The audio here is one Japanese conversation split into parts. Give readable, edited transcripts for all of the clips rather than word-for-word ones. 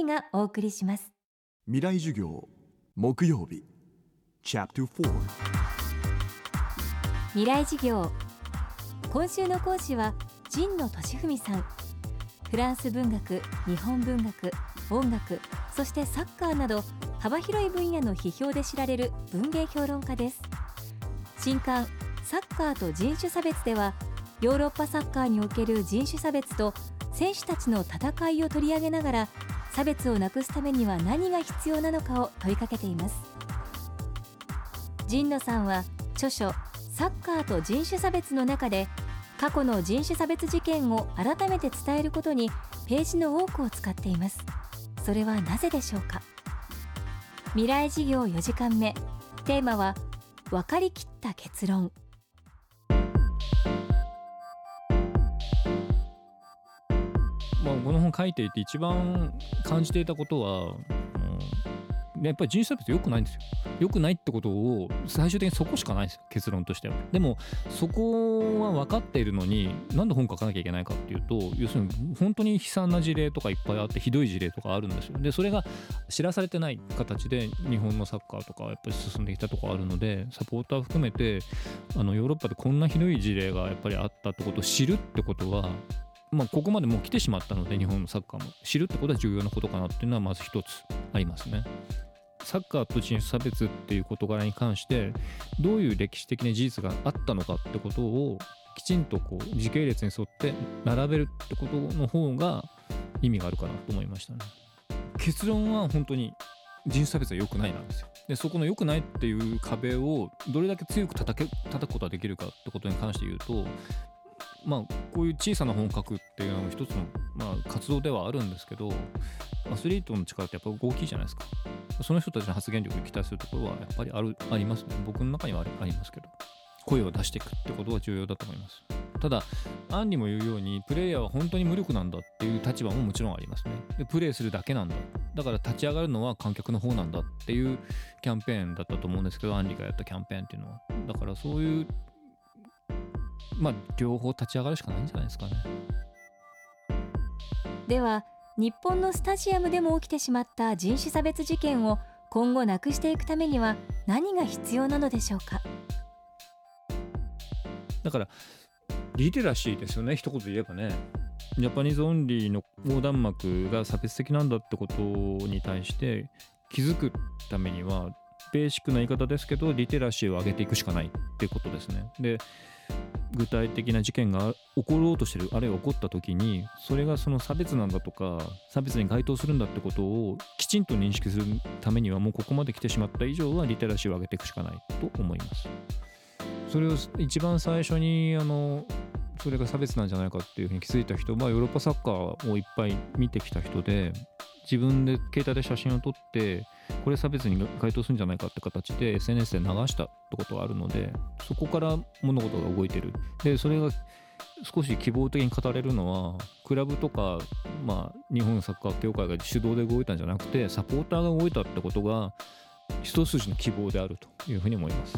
樹がお送りします。 未来授業木曜日チャプター4 未来授業、今週の講師は神野俊文さん。フランス文学、日本文学、音楽、そしてサッカーなど幅広い分野の批評で知られる文芸評論家です。新刊サッカーと人種差別では、ヨーロッパサッカーにおける人種差別と選手たちの戦いを取り上げながら、差別をなくすためには何が必要なのかを問いかけています。神野さんは著書サッカーと人種差別の中で、過去の人種差別事件を改めて伝えることにページの多くを使っています。それはなぜでしょうか。未来授業4時間目、テーマは分かりきった結論。 この本書いていて一番感じていたことは、やっぱり人種差別良くないんですよ。良くないってことを最終的にそこしかないんですよ、結論としては。でもそこは分かっているのに、なんで本書かなきゃいけないかっていうと、要するに本当に悲惨な事例とかいっぱいあって、ひどい事例とかあるんですよ。でそれが知らされてない形で日本のサッカーとかやっぱり進んできたところあるので、サポーター含めてヨーロッパでこんなひどい事例がやっぱりあったってことを知るってことは、ここまでもう来てしまったので、日本のサッカーも知るってことは重要なことかなっていうのはまず一つありますね。サッカーと人種差別っていう事柄に関してどういう歴史的な事実があったのかってことをきちんと時系列に沿って並べるってことの方が意味があるかなと思いましたね。結論は本当に人種差別は良くないなんですよ。でそこの良くないっていう壁をどれだけ強く叩くことができるかってことに関して言うと、こういう小さな本を書くっていうのも一つの、活動ではあるんですけど、アスリートの力ってやっぱ大きいじゃないですか。その人たちの発言力に期待するところはやっぱりありますね。僕の中にはありますけど、声を出していくってことは重要だと思います。ただアンリも言うように、プレイヤーは本当に無力なんだっていう立場ももちろんありますね。でプレイするだけなんだ、だから立ち上がるのは観客の方なんだっていうキャンペーンだったと思うんですけど、アンリがやったキャンペーンっていうのは、だからそういう両方立ち上がるしかないんじゃないですかね。 では日本のスタジアムでも起きてしまった人種差別事件を今後なくしていくためには何が必要なのでしょうか。 だからリテラシーですよね、一言で言えばね。ジャパニーズオンリーの横断幕が差別的なんだってことに対して気づくためには、ベーシックな言い方ですけどリテラシーを上げていくしかないってことですね。で具体的な事件が起ころうとしてる、あるいは起こった時に、それがその差別なんだとか差別に該当するんだってことをきちんと認識するためには、もうここまで来てしまった以上はリテラシーを上げていくしかないと思います。それを一番最初にそれが差別なんじゃないかっていうふうに気づいた人は、ヨーロッパサッカーをいっぱい見てきた人で、自分で携帯で写真を撮ってこれ差別に該当するんじゃないかって形で SNS で流したってことがあるので、そこから物事が動いてる。でそれが少し希望的に語れるのは、クラブとか、日本サッカー協会が主導で動いたんじゃなくて、サポーターが動いたってことが一筋の希望であるというふうに思います。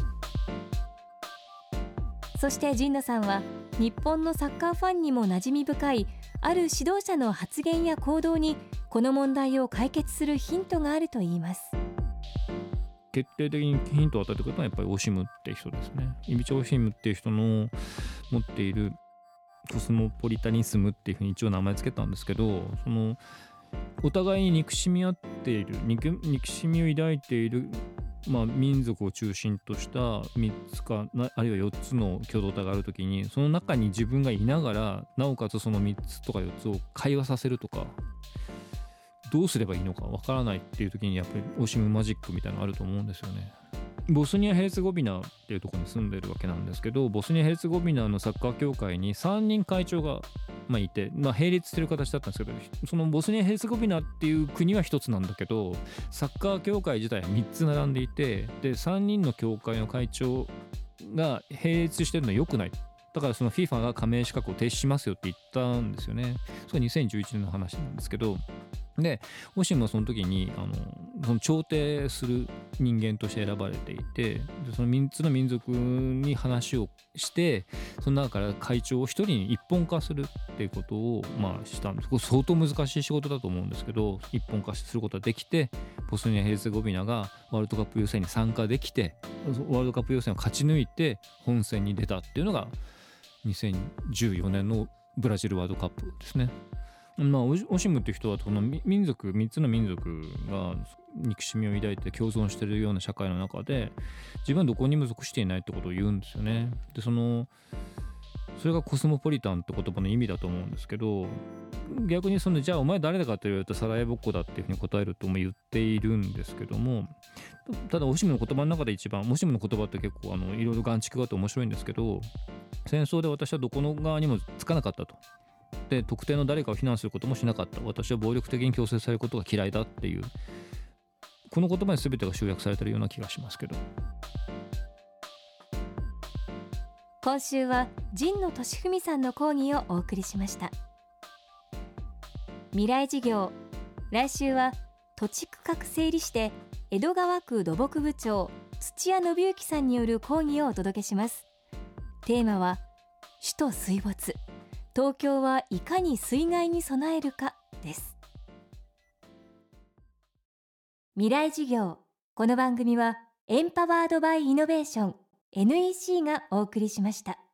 そして神野さんは日本のサッカーファンにも馴染み深いある指導者の発言や行動にこの問題を解決するヒントがあると言います。 決定的にヒントを与えてくれたのはやっぱりオシムっていう人ですね。イビチョ・オシムっていう人の持っているコスモポリタニスムっていうふうに一応名前つけたんですけど、そのお互いに憎しみ合っている、憎しみを抱いている、民族を中心とした3つかあるいは4つの共同体があるときに、その中に自分がいながらなおかつその3つとか4つを会話させるとか、どうすればいいのかわからないっていう時にやっぱりオシムマジックみたいなのあると思うんですよね。ボスニア・ヘルツェゴビナっていうところに住んでるわけなんですけど、ボスニア・ヘルツェゴビナのサッカー協会に3人会長がいて、並立してる形だったんですけど、そのボスニア・ヘルツェゴビナっていう国は1つなんだけど、サッカー協会自体は3つ並んでいて、で3人の協会の会長が並立してるのは良くない、だからその FIFA が加盟資格を停止しますよって言ったんですよね。それは2011年の話なんですけど、 でオシムはその時にその調停する人間として選ばれていて、でその3つの民族に話をしてその中から会長を一人に一本化するっていうことをしたんです。これ相当難しい仕事だと思うんですけど、一本化することができてボスニア・ヘルツェゴビナがワールドカップ予選に参加できてワールドカップ予選を勝ち抜いて本戦に出たっていうのが2014年のブラジルワールドカップですね。オシムっていう人はこの3つの民族が憎しみを抱いて共存しているような社会の中で自分はどこにも属していないってことを言うんですよね。でそれがコスモポリタンって言葉の意味だと思うんですけど、逆にじゃあお前誰だかと言われるとサラエボっ子だっていうふうに答えるとも言っているんですけども、ただオシムの言葉の中で一番オシムの言葉って結構いろいろ眼蓄があって面白いんですけど、戦争で私はどこの側にもつかなかったと。で特定の誰かを非難することもしなかった。私は暴力的に強制されることが嫌いだっていう、この言葉に全てが集約されているような気がしますけど。 今週は神野俊文さんの講義をお送りしました。未来事業、来週は土地区画整理士で江戸川区土木部長土屋信之さんによる講義をお届けします。テーマは首都水没、東京はいかに水害に備えるかです。未来事業、この番組はエンパワードバイイノベーション NEC がお送りしました。